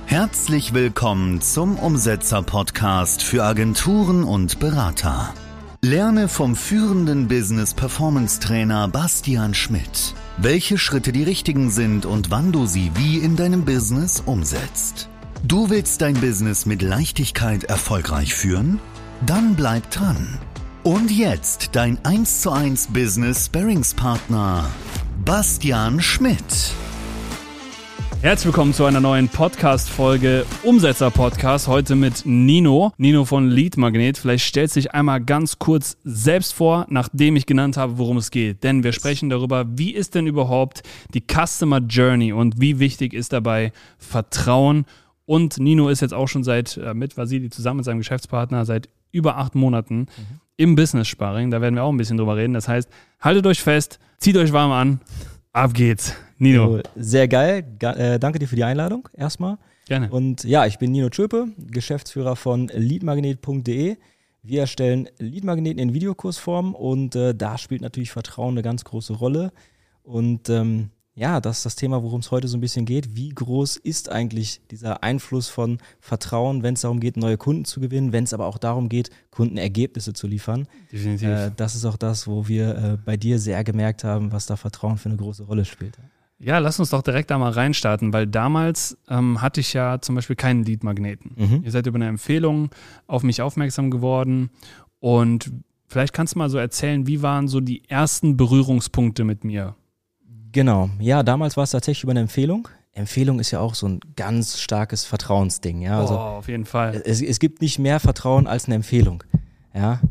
Herzlich willkommen zum Umsetzer-Podcast für Agenturen und Berater. Lerne vom führenden Business-Performance-Trainer Bastian Schmidt, welche Schritte die richtigen sind und wann du sie wie in deinem Business umsetzt. Du willst dein Business mit Leichtigkeit erfolgreich führen? Dann bleib dran. Und jetzt dein 1:1 Business-Sparringspartner Bastian Schmidt. Herzlich willkommen zu einer neuen Podcast-Folge Umsetzer-Podcast, heute mit Nino von Lead Magnet. Vielleicht stellst du dich einmal ganz kurz selbst vor, nachdem ich genannt habe, worum es geht. Denn wir sprechen darüber, wie ist denn überhaupt die Customer Journey und wie wichtig ist dabei Vertrauen. Und Nino ist jetzt auch schon mit Vasili zusammen mit seinem Geschäftspartner seit über 8 Monaten im Business-Sparring. Da werden wir auch ein bisschen drüber reden. Das heißt, haltet euch fest, zieht euch warm an, ab geht's. Nino. Sehr geil. Danke dir für die Einladung erstmal. Gerne. Und ja, ich bin Nino Tschöpe, Geschäftsführer von leadmagnet.de. Wir erstellen Leadmagneten in Videokursform und da spielt natürlich Vertrauen eine ganz große Rolle. Und das ist das Thema, worum es heute so ein bisschen geht. Wie groß ist eigentlich dieser Einfluss von Vertrauen, wenn es darum geht, neue Kunden zu gewinnen, wenn es aber auch darum geht, Kundenergebnisse zu liefern? Definitiv. Das ist auch das, wo wir bei dir sehr gemerkt haben, was da Vertrauen für eine große Rolle spielt. Ja, lass uns doch direkt da mal reinstarten, weil damals hatte ich ja zum Beispiel keinen Lead-Magneten. Ihr seid über eine Empfehlung auf mich aufmerksam geworden und vielleicht kannst du mal so erzählen, wie waren so die ersten Berührungspunkte mit mir? Genau, ja, damals war es tatsächlich über eine Empfehlung. Empfehlung ist ja auch so ein ganz starkes Vertrauensding. Ja? Also, auf jeden Fall. Es gibt nicht mehr Vertrauen als eine Empfehlung. Ja.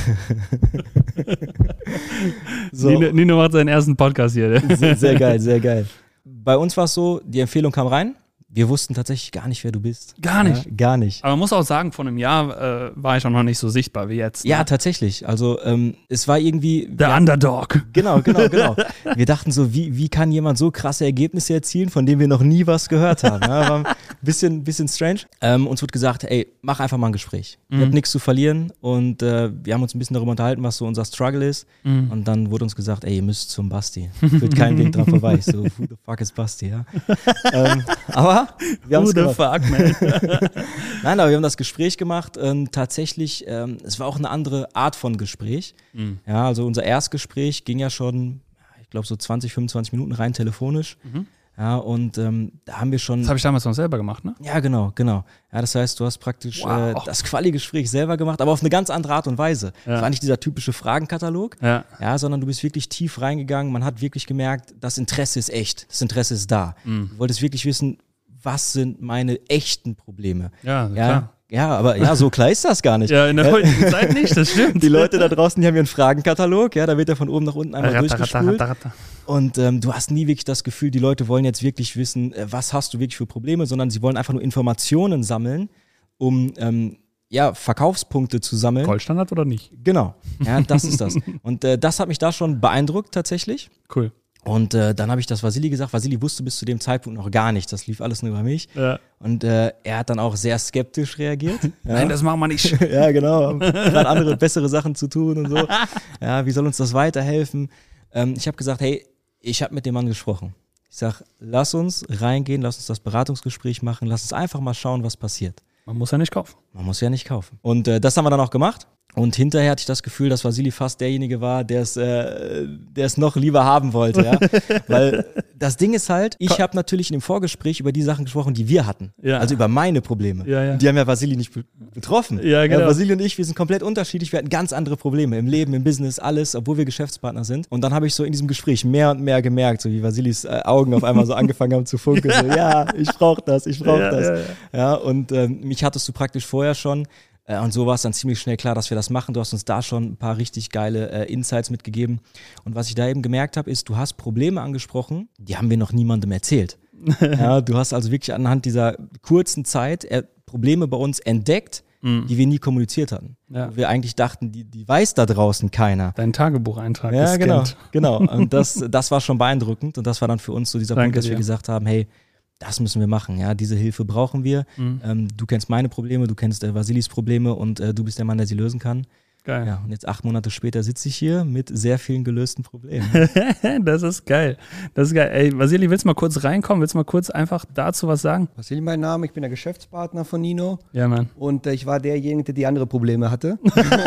So. Nino macht seinen ersten Podcast hier. Sehr geil, sehr geil. Bei uns war es so, die Empfehlung kam rein. Wir wussten tatsächlich gar nicht, wer du bist. Gar nicht? Ja, gar nicht. Aber man muss auch sagen, vor einem Jahr war ich auch noch nicht so sichtbar wie jetzt. Ne? Ja, tatsächlich. Also es war irgendwie... Der Underdog. Genau. Wir dachten so, wie kann jemand so krasse Ergebnisse erzielen, von denen wir noch nie was gehört haben? Ja, war ein bisschen strange. Uns wird gesagt, ey, mach einfach mal ein Gespräch. Ihr habt nichts zu verlieren und wir haben uns ein bisschen darüber unterhalten, was so unser Struggle ist. Und dann wurde uns gesagt, ey, ihr müsst zum Basti. Führt keinen Weg dran vorbei. Ich so, who the fuck is Basti? Ja? Aber wir haben es gemacht. Fuck, man. Nein, aber wir haben das Gespräch gemacht. Tatsächlich, es war auch eine andere Art von Gespräch. Ja, also unser Erstgespräch ging ja schon, ich glaube, so 20, 25 Minuten rein telefonisch. Ja, und da haben wir schon... Das habe ich damals noch selber gemacht, ne? Ja, genau. Ja, das heißt, du hast praktisch das Quali-Gespräch selber gemacht, aber auf eine ganz andere Art und Weise. Es war nicht dieser typische Fragenkatalog, sondern du bist wirklich tief reingegangen. Man hat wirklich gemerkt, das Interesse ist echt, das Interesse ist da. Du wolltest wirklich wissen, was sind meine echten Probleme? Ja, klar. Ja, aber so klar ist das gar nicht. Ja, in der heutigen Zeit nicht, das stimmt. Die Leute da draußen, die haben ihren Fragenkatalog, da wird er von oben nach unten einmal durchgespult. Und du hast nie wirklich das Gefühl, die Leute wollen jetzt wirklich wissen, was hast du wirklich für Probleme, sondern sie wollen einfach nur Informationen sammeln, um Verkaufspunkte zu sammeln. Goldstandard oder nicht? Genau, ja, das ist das. Und das hat mich da schon beeindruckt tatsächlich. Cool. Und dann habe ich das Vasili gesagt. Vasili wusste bis zu dem Zeitpunkt noch gar nichts. Das lief alles nur über mich. Ja. Und er hat dann auch sehr skeptisch reagiert. Nein, das machen wir nicht. Ja, genau. Gerade andere, bessere Sachen zu tun und so. Ja, wie soll uns das weiterhelfen? Ich habe gesagt, hey, ich habe mit dem Mann gesprochen. Ich sage, lass uns reingehen, lass uns das Beratungsgespräch machen, lass uns einfach mal schauen, was passiert. Man muss ja nicht kaufen. Und das haben wir dann auch gemacht. Und hinterher hatte ich das Gefühl, dass Vasili fast derjenige war, der es noch lieber haben wollte. Ja? Weil das Ding ist halt, ich habe natürlich in dem Vorgespräch über die Sachen gesprochen, die wir hatten. Ja. Also über meine Probleme. Ja. Die haben ja Vasili nicht betroffen. Ja, genau. Vasili und ich, wir sind komplett unterschiedlich. Wir hatten ganz andere Probleme im Leben, im Business, alles, obwohl wir Geschäftspartner sind. Und dann habe ich so in diesem Gespräch mehr und mehr gemerkt, so wie Vasilis Augen auf einmal so angefangen haben zu funkeln. So, ja, ich brauche das. Ja, und mich hattest du praktisch vorher schon. Und so war es dann ziemlich schnell klar, dass wir das machen. Du hast uns da schon ein paar richtig geile Insights mitgegeben. Und was ich da eben gemerkt habe, ist, du hast Probleme angesprochen, die haben wir noch niemandem erzählt. Ja, du hast also wirklich anhand dieser kurzen Zeit Probleme bei uns entdeckt, die wir nie kommuniziert hatten. Ja. Wir eigentlich dachten, die weiß da draußen keiner. Dein Tagebucheintrag ist genau. Und das war schon beeindruckend. Und das war dann für uns so dieser Punkt, dass wir gesagt haben, hey, das müssen wir machen, ja, diese Hilfe brauchen wir. Du kennst meine Probleme, du kennst Vasilis Probleme und du bist der Mann, der sie lösen kann. Geil. Ja, und jetzt 8 Monate später sitze ich hier mit sehr vielen gelösten Problemen. Das ist geil. Das ist geil. Ey, Vasili, willst du mal kurz reinkommen? Willst du mal kurz einfach dazu was sagen? Vasili, mein Name, ich bin der Geschäftspartner von Nino. Ja, Mann. Und ich war derjenige, der andere Probleme hatte.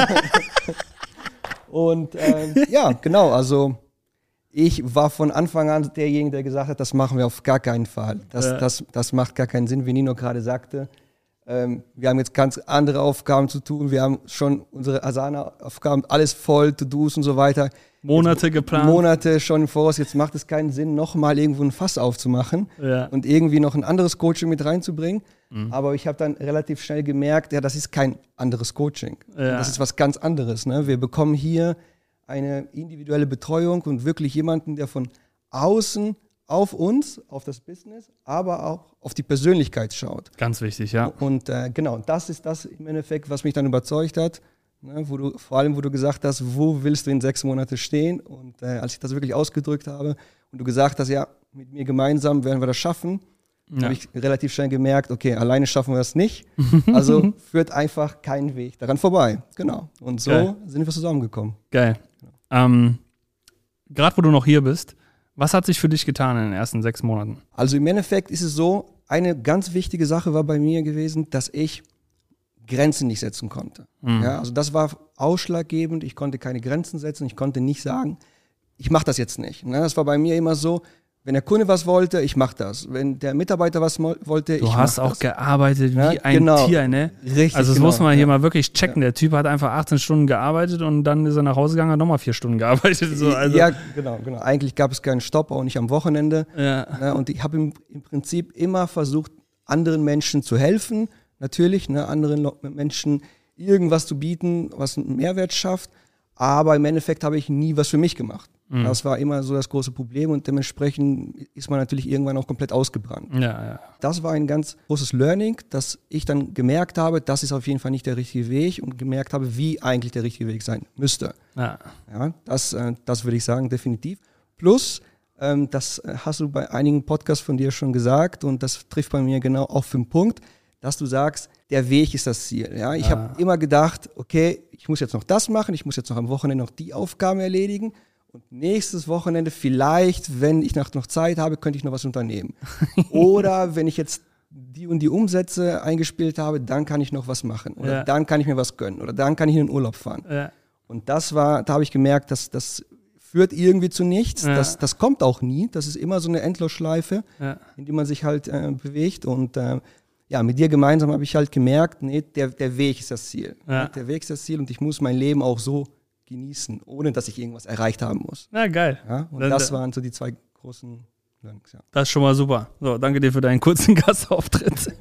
Und ja, genau, also ich war von Anfang an derjenige, der gesagt hat, das machen wir auf gar keinen Fall. Das macht gar keinen Sinn, wie Nino gerade sagte. Wir haben jetzt ganz andere Aufgaben zu tun. Wir haben schon unsere Asana-Aufgaben, alles voll, To-Dos und so weiter. Monate geplant. Monate schon im Voraus. Jetzt macht es keinen Sinn, nochmal irgendwo ein Fass aufzumachen und irgendwie noch ein anderes Coaching mit reinzubringen. Aber ich habe dann relativ schnell gemerkt, ja, das ist kein anderes Coaching. Ja. Das ist was ganz anderes. Ne? Wir bekommen hier eine individuelle Betreuung und wirklich jemanden, der von außen auf uns, auf das Business, aber auch auf die Persönlichkeit schaut. Ganz wichtig, ja. Und genau, das ist das im Endeffekt, was mich dann überzeugt hat, ne, vor allem, wo du gesagt hast, wo willst du in 6 Monaten stehen? Und als ich das wirklich ausgedrückt habe und du gesagt hast, ja, mit mir gemeinsam werden wir das schaffen, habe ich relativ schnell gemerkt, okay, alleine schaffen wir das nicht, also führt einfach kein Weg daran vorbei. Genau. Und so sind wir zusammengekommen. Geil. Gerade wo du noch hier bist, was hat sich für dich getan in den ersten 6 Monaten? Also im Endeffekt ist es so, eine ganz wichtige Sache war bei mir gewesen, dass ich Grenzen nicht setzen konnte. Ja, also das war ausschlaggebend, ich konnte keine Grenzen setzen, ich konnte nicht sagen, ich mache das jetzt nicht. Ne? Das war bei mir immer so, wenn der Kunde was wollte, ich mache das. Wenn der Mitarbeiter was wollte, ich mache das. Du hast auch gearbeitet wie ein Tier, ne? Richtig, also das muss man hier mal wirklich checken. Der Typ hat einfach 18 Stunden gearbeitet und dann ist er nach Hause gegangen und nochmal 4 Stunden gearbeitet. So, also. Ja, genau. Eigentlich gab es keinen Stopp, auch nicht am Wochenende. Ja. Ne? Und ich habe im Prinzip immer versucht, anderen Menschen zu helfen. Natürlich, ne? Anderen Menschen irgendwas zu bieten, was einen Mehrwert schafft. Aber im Endeffekt habe ich nie was für mich gemacht. Das war immer so das große Problem und dementsprechend ist man natürlich irgendwann auch komplett ausgebrannt. Ja. Das war ein ganz großes Learning, dass ich dann gemerkt habe, das ist auf jeden Fall nicht der richtige Weg und gemerkt habe, wie eigentlich der richtige Weg sein müsste. Ja, das würde ich sagen, definitiv. Plus, das hast du bei einigen Podcasts von dir schon gesagt und das trifft bei mir genau auf den Punkt, dass du sagst, der Weg ist das Ziel. Ja? Ich habe immer gedacht, okay, ich muss jetzt noch das machen, ich muss jetzt noch am Wochenende noch die Aufgaben erledigen. Und nächstes Wochenende vielleicht, wenn ich noch Zeit habe, könnte ich noch was unternehmen. Oder wenn ich jetzt die und die Umsätze eingespielt habe, dann kann ich noch was machen. Oder dann kann ich mir was gönnen. Oder dann kann ich in den Urlaub fahren. Ja. Und da habe ich gemerkt, dass das führt irgendwie zu nichts. Ja. Das kommt auch nie. Das ist immer so eine Endlosschleife, in die man sich halt bewegt. Und mit dir gemeinsam habe ich halt gemerkt, nee, der Weg ist das Ziel. Ja. Der Weg ist das Ziel und ich muss mein Leben auch so genießen, ohne dass ich irgendwas erreicht haben muss. Na, geil. Ja, und das waren so die 2 großen Learnings, ja. Das ist schon mal super. So, danke dir für deinen kurzen Gastauftritt.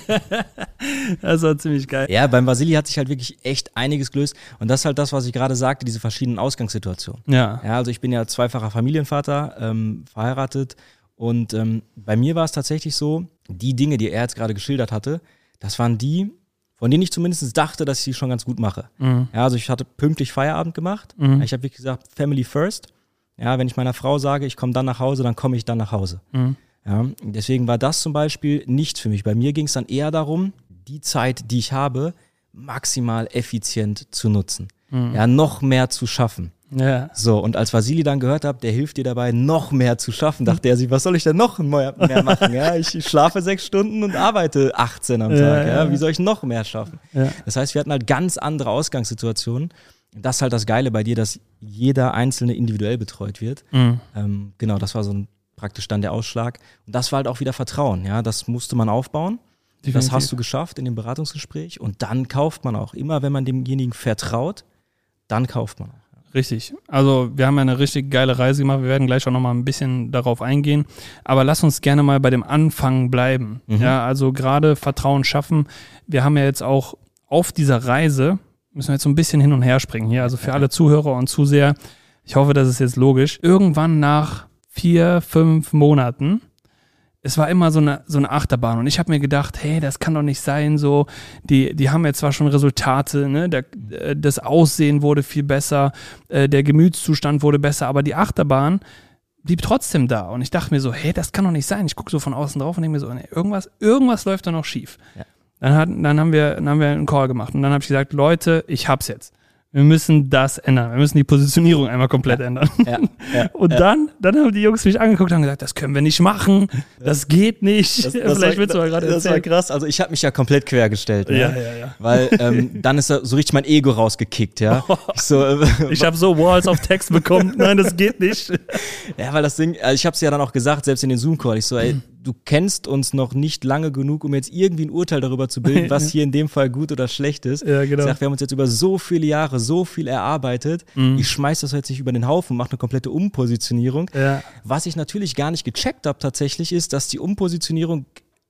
Das war ziemlich geil. Ja, beim Vasili hat sich halt wirklich echt einiges gelöst. Und das ist halt das, was ich gerade sagte, diese verschiedenen Ausgangssituationen. Ja, also ich bin ja 2-facher Familienvater, verheiratet. Und bei mir war es tatsächlich so, die Dinge, die er jetzt gerade geschildert hatte, das waren die, von denen ich zumindest dachte, dass ich sie schon ganz gut mache. Ja, also ich hatte pünktlich Feierabend gemacht. Ich habe wirklich gesagt, Family first. Ja, wenn ich meiner Frau sage, ich komme dann nach Hause, dann komme ich dann nach Hause. Ja, deswegen war das zum Beispiel nichts für mich. Bei mir ging es dann eher darum, die Zeit, die ich habe, maximal effizient zu nutzen. Ja, noch mehr zu schaffen. Ja. So, und als Vasili dann gehört hat, der hilft dir dabei, noch mehr zu schaffen, dachte er sich, was soll ich denn noch mehr machen? Ja, ich schlafe 6 Stunden und arbeite 18 am Tag. Ja, wie soll ich noch mehr schaffen? Ja. Das heißt, wir hatten halt ganz andere Ausgangssituationen. Das ist halt das Geile bei dir, dass jeder Einzelne individuell betreut wird. Genau, das war so praktisch dann der Ausschlag. Und das war halt auch wieder Vertrauen. Ja, das musste man aufbauen. Definitiv. Das hast du geschafft in dem Beratungsgespräch. Und dann kauft man auch. Immer wenn man demjenigen vertraut, dann kauft man auch. Richtig. Also wir haben ja eine richtig geile Reise gemacht. Wir werden gleich auch nochmal ein bisschen darauf eingehen. Aber lass uns gerne mal bei dem Anfang bleiben. Ja, also gerade Vertrauen schaffen. Wir haben ja jetzt auch auf dieser Reise, müssen wir jetzt so ein bisschen hin und her springen hier. Also für alle Zuhörer und Zuseher, ich hoffe, das ist jetzt logisch. Irgendwann nach 4-5 Monaten, es war immer so eine Achterbahn und ich habe mir gedacht, hey, das kann doch nicht sein, so, die haben jetzt zwar schon Resultate, ne? Das Aussehen wurde viel besser, der Gemütszustand wurde besser, aber die Achterbahn blieb trotzdem da und ich dachte mir so, hey, das kann doch nicht sein. Ich gucke so von außen drauf und denke mir so, nee, irgendwas läuft da noch schief. Ja. Dann haben wir einen Call gemacht und dann habe ich gesagt, Leute, ich hab's jetzt. wir müssen das ändern. Wir müssen die Positionierung einmal komplett ändern. Und dann haben die Jungs mich angeguckt und haben gesagt, das können wir nicht machen, das geht nicht. Vielleicht willst du mal gerade erzählen. Das war krass. Also ich habe mich ja komplett quergestellt. Ja. Weil dann ist so richtig mein Ego rausgekickt. Ja. Ich habe so Walls of Text bekommen. Nein, das geht nicht. Ja, weil das Ding, ich habe es ja dann auch gesagt, selbst in den Zoom-Call, ich so, ey, du kennst uns noch nicht lange genug, um jetzt irgendwie ein Urteil darüber zu bilden, was hier in dem Fall gut oder schlecht ist. Ja, genau. Ich sag, wir haben uns jetzt über so viele Jahre so viel erarbeitet. Ich schmeiß das jetzt nicht über den Haufen und mache eine komplette Umpositionierung. Ja. Was ich natürlich gar nicht gecheckt habe tatsächlich ist, dass die Umpositionierung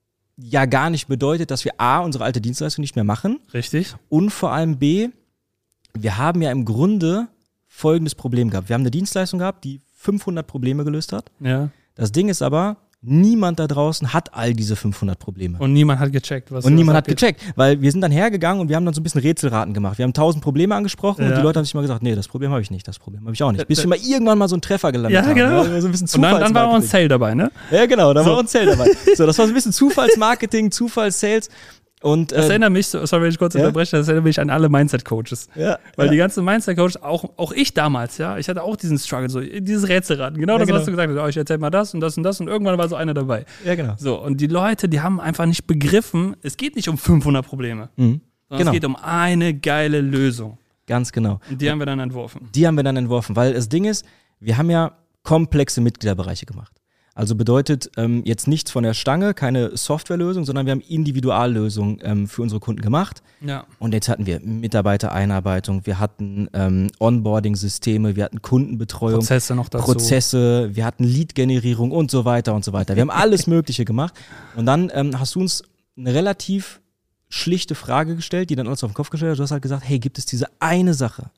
ja gar nicht bedeutet, dass wir A, unsere alte Dienstleistung nicht mehr machen. Richtig. Und vor allem B, wir haben ja im Grunde folgendes Problem gehabt. Wir haben eine Dienstleistung gehabt, die 500 Probleme gelöst hat. Ja. Das Ding ist aber, niemand da draußen hat all diese 500 Probleme. Und niemand hat gecheckt, was. Und niemand hat gecheckt, weil wir sind dann hergegangen und wir haben dann so ein bisschen Rätselraten gemacht. Wir haben 1000 Probleme angesprochen und die Leute haben sich mal gesagt, nee, das Problem habe ich nicht, das Problem habe ich auch nicht. Bis wir mal irgendwann mal so einen Treffer gelandet haben. Genau. Ja, so ein bisschen und dann war auch ein Sale dabei, ne? Ja, genau, da war auch ein Sale dabei. So, das war so ein bisschen Zufallsmarketing, Zufallssales. Und, das erinnert mich, sorry, wenn ich kurz unterbreche, das erinnert mich an alle Mindset-Coaches. Ja, weil die ganzen Mindset-Coaches, auch ich damals, ja, ich hatte auch diesen Struggle, so dieses Rätselraten. Genau das, was du gesagt hast. Oh, ich erzähl mal das und das und das und irgendwann war so einer dabei. Ja, genau. So, und die Leute, die haben einfach nicht begriffen, es geht nicht um 500 Probleme, sondern es geht um eine geile Lösung. Ganz genau. Und die haben wir dann entworfen. Weil das Ding ist, wir haben ja komplexe Mitgliederbereiche gemacht. Also bedeutet jetzt nichts von der Stange, keine Softwarelösung, sondern wir haben Individuallösungen für unsere Kunden gemacht. Ja. Und jetzt hatten wir Mitarbeitereinarbeitung, wir hatten Onboarding-Systeme, wir hatten Kundenbetreuung, Prozesse noch dazu. Prozesse, wir hatten Lead-Generierung und so weiter und so weiter. Wir haben alles Mögliche gemacht. Und dann hast du uns eine relativ schlichte Frage gestellt, die dann alles auf den Kopf gestellt hat. Du hast halt gesagt, hey, gibt es diese eine Sache,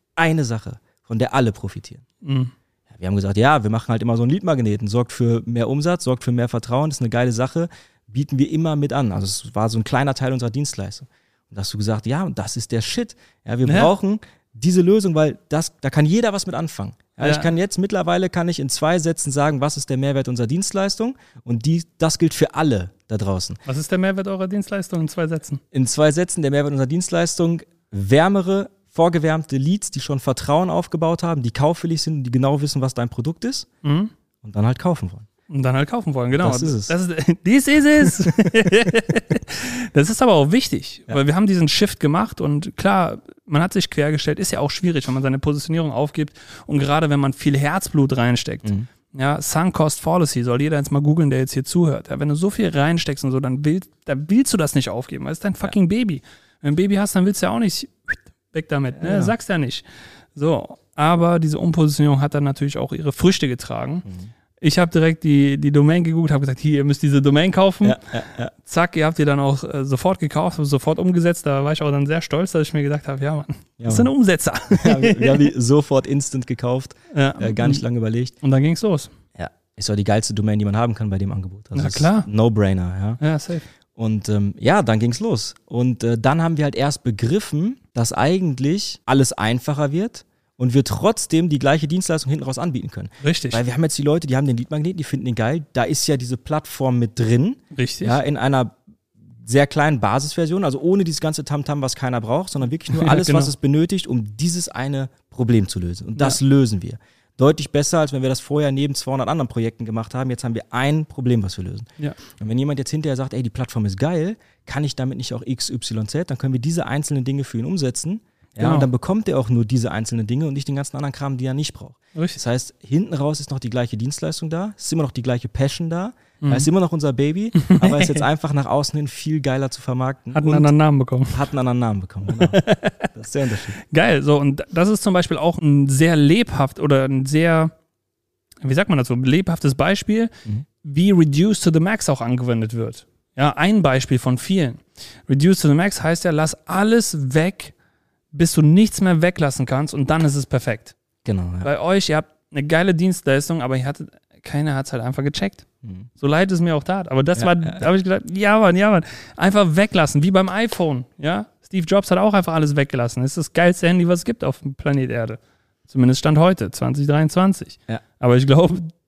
von der alle profitieren? Mhm. Wir haben gesagt, ja, wir machen halt immer so einen Lead-Magneten, sorgt für mehr Umsatz, sorgt für mehr Vertrauen, ist eine geile Sache, bieten wir immer mit an. Also es war so ein kleiner Teil unserer Dienstleistung. Und da hast du gesagt, ja, und das ist der Shit. Ja, wir brauchen diese Lösung, weil da kann jeder was mit anfangen. Ja, ich kann jetzt mittlerweile in 2 Sätzen sagen, was ist der Mehrwert unserer Dienstleistung und das gilt für alle da draußen. Was ist der Mehrwert eurer Dienstleistung in 2 Sätzen? In 2 Sätzen der Mehrwert unserer Dienstleistung, wärmere, vorgewärmte Leads, die schon Vertrauen aufgebaut haben, die kaufwillig sind und die genau wissen, was dein Produkt ist und dann halt kaufen wollen. Genau. Das ist es. Dies ist es. Das ist aber auch wichtig, weil wir haben diesen Shift gemacht und klar, man hat sich quergestellt, ist ja auch schwierig, wenn man seine Positionierung aufgibt und gerade wenn man viel Herzblut reinsteckt. Ja, Sunk Cost Fallacy, soll jeder jetzt mal googeln, der jetzt hier zuhört. Ja, wenn du so viel reinsteckst und so, dann willst du das nicht aufgeben, weil es ist dein fucking Baby. Wenn du ein Baby hast, dann willst du ja auch nicht weg damit, ne? Ja. Sagst ja nicht. So, aber diese Umpositionierung hat dann natürlich auch ihre Früchte getragen. Ich habe direkt die Domain gegoogelt, habe gesagt, hier, ihr müsst diese Domain kaufen. Ja. Zack, ihr habt die dann auch sofort gekauft, sofort umgesetzt. Da war ich auch dann sehr stolz, dass ich mir gedacht habe, ja Mann, das sind Umsetzer. Ja, wir haben die sofort instant gekauft, gar nicht lange überlegt. Und dann ging's los. Ja, ist doch die geilste Domain, die man haben kann bei dem Angebot. Also na klar. No-brainer, ja. Ja, safe. Und dann ging's los. Und dann haben wir halt erst begriffen, dass eigentlich alles einfacher wird und wir trotzdem die gleiche Dienstleistung hinten raus anbieten können. Richtig. Weil wir haben jetzt die Leute, die haben den Lead-Magneten, die finden den geil. Da ist ja diese Plattform mit drin. Richtig. Ja, in einer sehr kleinen Basisversion, also ohne dieses ganze Tamtam, was keiner braucht, sondern wirklich nur alles, was es benötigt, um dieses eine Problem zu lösen. Und das lösen wir. Deutlich besser, als wenn wir das vorher neben 200 anderen Projekten gemacht haben. Jetzt haben wir ein Problem, was wir lösen. Ja. Und wenn jemand jetzt hinterher sagt, ey, die Plattform ist geil, kann ich damit nicht auch X, Y, Z, dann können wir diese einzelnen Dinge für ihn umsetzen. Ja, Genau. und dann bekommt er auch nur diese einzelnen Dinge und nicht den ganzen anderen Kram, die er nicht braucht. Richtig. Das heißt, hinten raus ist noch die gleiche Dienstleistung da, es ist immer noch die gleiche Passion da, es ist immer noch unser Baby, aber es ist jetzt einfach nach außen hin viel geiler zu vermarkten. Hat einen anderen Namen bekommen. Genau. Das ist der Unterschied. Geil, so, und das ist zum Beispiel auch ein sehr lebhaft oder ein sehr, wie sagt man das so, lebhaftes Beispiel, wie Reduce to the Max auch angewendet wird. Ja, ein Beispiel von vielen. Reduce to the Max heißt ja, lass alles weg, bis du nichts mehr weglassen kannst und dann ist es perfekt. Genau. Ja. Bei euch, ihr habt eine geile Dienstleistung, aber keiner hat es halt einfach gecheckt. So leid es mir auch tat. Aber da habe ich gedacht, ja Mann, einfach weglassen, wie beim iPhone. Ja? Steve Jobs hat auch einfach alles weggelassen. Das ist das geilste Handy, was es gibt auf dem Planet Erde. Zumindest Stand heute, 2023. Ja. Aber ich glaube,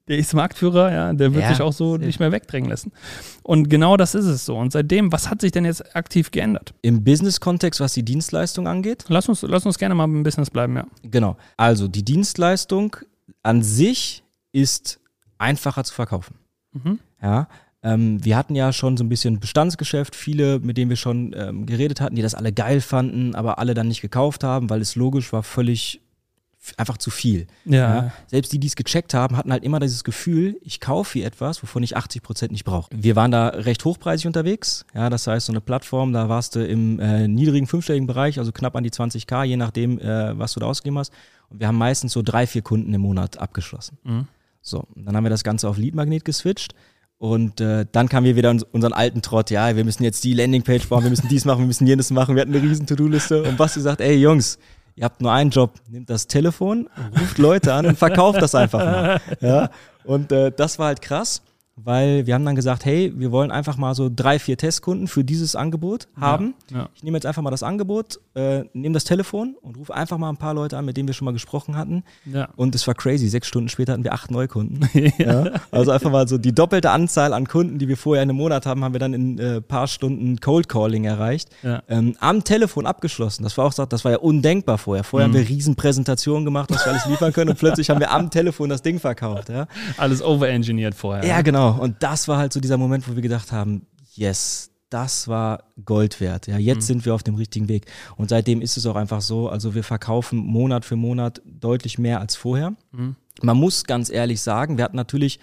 Der ist Marktführer, ja, der wird sich auch so nicht mehr wegdrängen lassen. Und genau das ist es so. Und seitdem, was hat sich denn jetzt aktiv geändert? Im Business-Kontext, was die Dienstleistung angeht? Lass uns gerne mal im Business bleiben, ja. Genau. Also die Dienstleistung an sich ist einfacher zu verkaufen. Ja. Wir hatten ja schon so ein bisschen Bestandsgeschäft, viele, mit denen wir schon geredet hatten, die das alle geil fanden, aber alle dann nicht gekauft haben, weil es logisch war, völlig einfach zu viel. Ja. Selbst die es gecheckt haben, hatten halt immer dieses Gefühl, ich kaufe hier etwas, wovon ich 80% nicht brauche. Wir waren da recht hochpreisig unterwegs. Ja, das heißt, so eine Plattform, da warst du im niedrigen fünfstelligen Bereich, also knapp an die 20.000, je nachdem, was du da ausgegeben hast. Und wir haben meistens so 3-4 Kunden im Monat abgeschlossen. So, dann haben wir das Ganze auf Lead Magnet geswitcht. Und dann kamen wir wieder unseren alten Trott, ja, wir müssen jetzt die Landingpage bauen, wir müssen dies machen, wir müssen jenes machen, wir hatten eine riesen To-Do-Liste. Und Basti sagt, ey Jungs, ihr habt nur einen Job, nehmt das Telefon, ruft Leute an und verkauft das einfach mal. Ja? Und das war halt krass, weil wir haben dann gesagt, hey, wir wollen einfach mal so 3-4 Testkunden für dieses Angebot haben. Ja. Ich nehme jetzt einfach mal das Angebot, nehme das Telefon und rufe einfach mal ein paar Leute an, mit denen wir schon mal gesprochen hatten. Ja. Und es war crazy, 6 Stunden später hatten wir 8 Neukunden. Ja. Also einfach mal so die doppelte Anzahl an Kunden, die wir vorher in einem Monat haben wir dann in paar Stunden Cold Calling erreicht. Ja. Am Telefon abgeschlossen. Das war ja undenkbar vorher. Vorher haben wir riesen Präsentationen gemacht, was wir alles liefern können und plötzlich haben wir am Telefon das Ding verkauft. Ja. Alles overengineert vorher. Ja, genau. Und das war halt so dieser Moment, wo wir gedacht haben, yes, das war Gold wert. Ja, jetzt sind wir auf dem richtigen Weg. Und seitdem ist es auch einfach so, also wir verkaufen Monat für Monat deutlich mehr als vorher. Man muss ganz ehrlich sagen, wir hatten natürlich,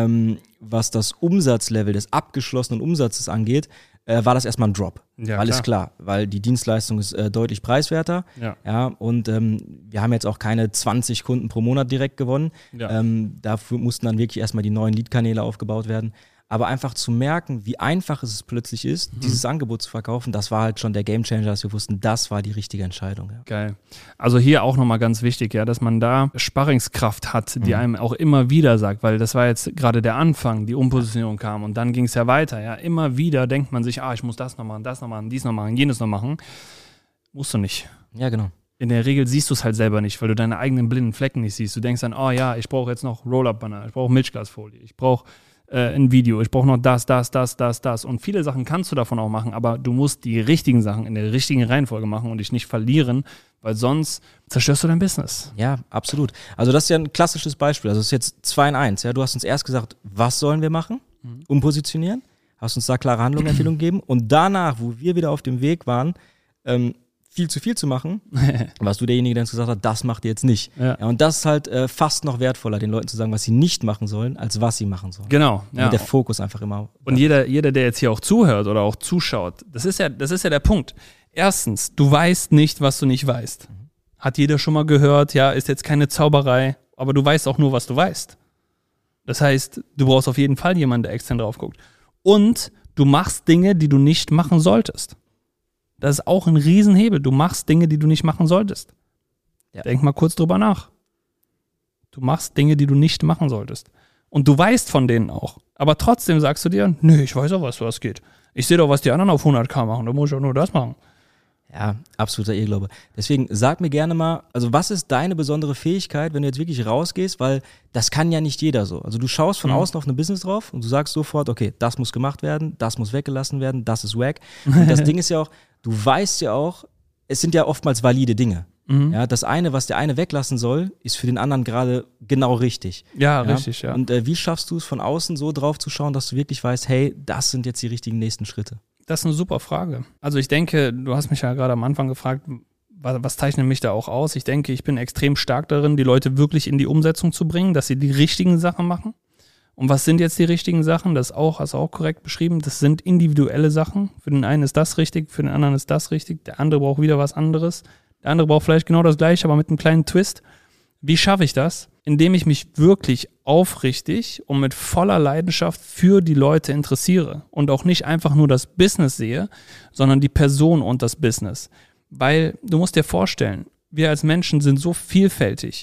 was das Umsatzlevel des abgeschlossenen Umsatzes angeht, war das erstmal ein Drop. Ja, alles klar, weil die Dienstleistung ist deutlich preiswerter. Ja, und wir haben jetzt auch keine 20 Kunden pro Monat direkt gewonnen. Ja. Dafür mussten dann wirklich erstmal die neuen Lead-Kanäle aufgebaut werden. Aber einfach zu merken, wie einfach es plötzlich ist, dieses Angebot zu verkaufen, das war halt schon der Gamechanger, dass wir wussten, das war die richtige Entscheidung. Ja. Geil. Also hier auch nochmal ganz wichtig, ja, dass man da Sparringskraft hat, die einem auch immer wieder sagt, weil das war jetzt gerade der Anfang, die Umpositionierung kam und dann ging es ja weiter. Ja. Immer wieder denkt man sich, ich muss das noch machen, dies noch machen, jenes noch machen. Musst du nicht. Ja, genau. In der Regel siehst du es halt selber nicht, weil du deine eigenen blinden Flecken nicht siehst. Du denkst dann, ich brauche jetzt noch Roll-Up-Banner, ich brauche Milchglasfolie, ich brauche ein Video, ich brauche noch das. Und viele Sachen kannst du davon auch machen, aber du musst die richtigen Sachen in der richtigen Reihenfolge machen und dich nicht verlieren, weil sonst zerstörst du dein Business. Ja, absolut. Also das ist ja ein klassisches Beispiel. Also es ist jetzt 2 in 1. Ja? Du hast uns erst gesagt, was sollen wir machen? Umpositionieren. Hast uns da klare Handlungsempfehlungen gegeben. Und danach, wo wir wieder auf dem Weg waren, viel zu viel zu machen, warst du derjenige, der uns gesagt hat, das macht ihr jetzt nicht. Ja, und das ist halt fast noch wertvoller, den Leuten zu sagen, was sie nicht machen sollen, als was sie machen sollen. Genau. Ja. Der Fokus einfach immer. Und jeder, der jetzt hier auch zuhört oder auch zuschaut, das ist ja der Punkt. Erstens, du weißt nicht, was du nicht weißt. Hat jeder schon mal gehört, ja, ist jetzt keine Zauberei, aber du weißt auch nur, was du weißt. Das heißt, du brauchst auf jeden Fall jemanden, der extern drauf guckt. Und du machst Dinge, die du nicht machen solltest. Das ist auch ein Riesenhebel. Du machst Dinge, die du nicht machen solltest. Ja. Denk mal kurz drüber nach. Du machst Dinge, die du nicht machen solltest. Und du weißt von denen auch. Aber trotzdem sagst du dir, nö, ich weiß auch, was geht. Ich sehe doch, was die anderen auf 100.000 machen. Da muss ich auch nur das machen. Ja, absoluter Irrglaube. Deswegen sag mir gerne mal, also was ist deine besondere Fähigkeit, wenn du jetzt wirklich rausgehst, weil das kann ja nicht jeder so. Also du schaust von außen auf ein Business drauf und du sagst sofort, okay, das muss gemacht werden, das muss weggelassen werden, das ist wack. Und das Ding ist ja auch, du weißt ja auch, es sind ja oftmals valide Dinge. Ja, das eine, was der eine weglassen soll, ist für den anderen gerade genau richtig. Ja, richtig, ja. Und wie schaffst du es von außen so drauf zu schauen, dass du wirklich weißt, hey, das sind jetzt die richtigen nächsten Schritte? Das ist eine super Frage. Also ich denke, du hast mich ja gerade am Anfang gefragt, was zeichnet mich da auch aus? Ich denke, ich bin extrem stark darin, die Leute wirklich in die Umsetzung zu bringen, dass sie die richtigen Sachen machen. Und was sind jetzt die richtigen Sachen? Das hast du auch korrekt beschrieben. Das sind individuelle Sachen. Für den einen ist das richtig, für den anderen ist das richtig. Der andere braucht wieder was anderes. Der andere braucht vielleicht genau das Gleiche, aber mit einem kleinen Twist. Wie schaffe ich das? Indem ich mich wirklich aufrichtig und mit voller Leidenschaft für die Leute interessiere und auch nicht einfach nur das Business sehe, sondern die Person und das Business. Weil du musst dir vorstellen, wir als Menschen sind so vielfältig.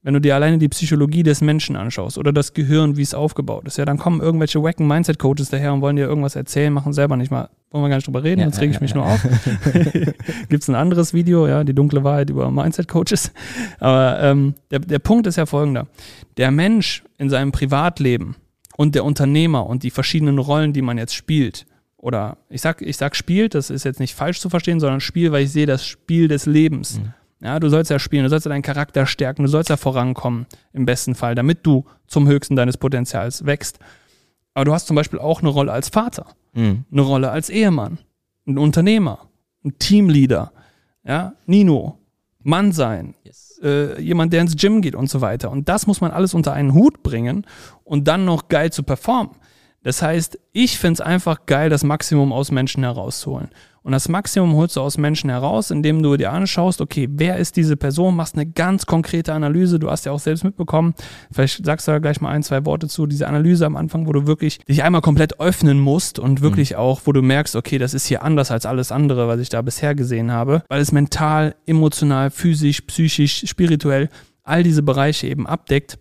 wenn du dir alleine die Psychologie des Menschen anschaust oder das Gehirn, wie es aufgebaut ist, ja, dann kommen irgendwelche wacken Mindset-Coaches daher und wollen dir irgendwas erzählen, machen selber nicht mal, wollen wir gar nicht drüber reden, jetzt rege ich mich nur auf. Gibt es ein anderes Video, ja, die dunkle Wahrheit über Mindset-Coaches. Aber der Punkt ist ja folgender. Der Mensch in seinem Privatleben und der Unternehmer und die verschiedenen Rollen, die man jetzt spielt, oder ich sag spielt, das ist jetzt nicht falsch zu verstehen, sondern Spiel, weil ich sehe das Spiel des Lebens. Ja, du sollst ja spielen, du sollst ja deinen Charakter stärken, du sollst ja vorankommen, im besten Fall, damit du zum Höchsten deines Potenzials wächst. Aber du hast zum Beispiel auch eine Rolle als Vater, eine Rolle als Ehemann, ein Unternehmer, ein Teamleader, ja, Nino, Mann sein, jemand, der ins Gym geht und so weiter. Und das muss man alles unter einen Hut bringen und dann noch geil zu performen. Das heißt, ich finde es einfach geil, das Maximum aus Menschen herauszuholen. Und das Maximum holst du aus Menschen heraus, indem du dir anschaust, okay, wer ist diese Person, machst eine ganz konkrete Analyse, du hast ja auch selbst mitbekommen, vielleicht sagst du da gleich mal 1, 2 Worte zu, diese Analyse am Anfang, wo du wirklich dich einmal komplett öffnen musst und wirklich auch, wo du merkst, okay, das ist hier anders als alles andere, was ich da bisher gesehen habe, weil es mental, emotional, physisch, psychisch, spirituell all diese Bereiche eben abdeckt,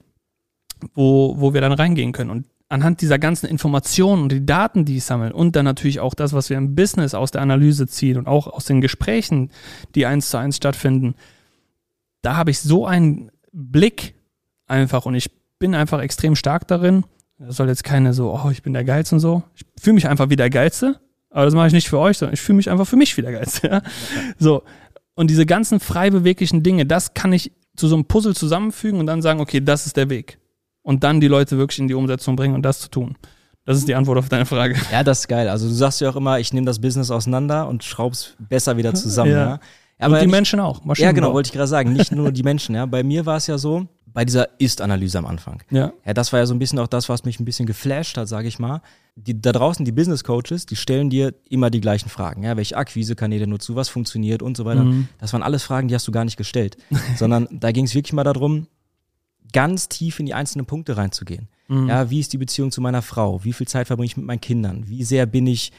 wo wir dann reingehen können. Und anhand dieser ganzen Informationen und die Daten, die ich sammle und dann natürlich auch das, was wir im Business aus der Analyse ziehen und auch aus den Gesprächen, die 1:1 stattfinden, da habe ich so einen Blick einfach und ich bin einfach extrem stark darin. Das soll jetzt keine so, oh, ich bin der Geilste und so. Ich fühle mich einfach wie der Geilste, aber das mache ich nicht für euch, sondern ich fühle mich einfach für mich wie der Geilste. Ja? So. Und diese ganzen frei beweglichen Dinge, das kann ich zu so einem Puzzle zusammenfügen und dann sagen, okay, das ist der Weg. Und dann die Leute wirklich in die Umsetzung bringen und das zu tun. Das ist die Antwort auf deine Frage. Ja, das ist geil. Also du sagst ja auch immer, ich nehme das Business auseinander und schraub's besser wieder zusammen. Ja. Aber und die Menschen auch. Ja, genau, wollte ich gerade sagen. Nicht nur die Menschen. Ja. Bei mir war es ja so, bei dieser Ist-Analyse am Anfang. Ja, das war ja so ein bisschen auch das, was mich ein bisschen geflasht hat, sage ich mal. Da draußen, die Business-Coaches, die stellen dir immer die gleichen Fragen. Ja, welche Akquisekanäle nutzt du, was funktioniert und so weiter. Das waren alles Fragen, die hast du gar nicht gestellt. Sondern da ging es wirklich mal darum, ganz tief in die einzelnen Punkte reinzugehen. Ja, wie ist die Beziehung zu meiner Frau? Wie viel Zeit verbringe ich mit meinen Kindern? Wie sehr bin ich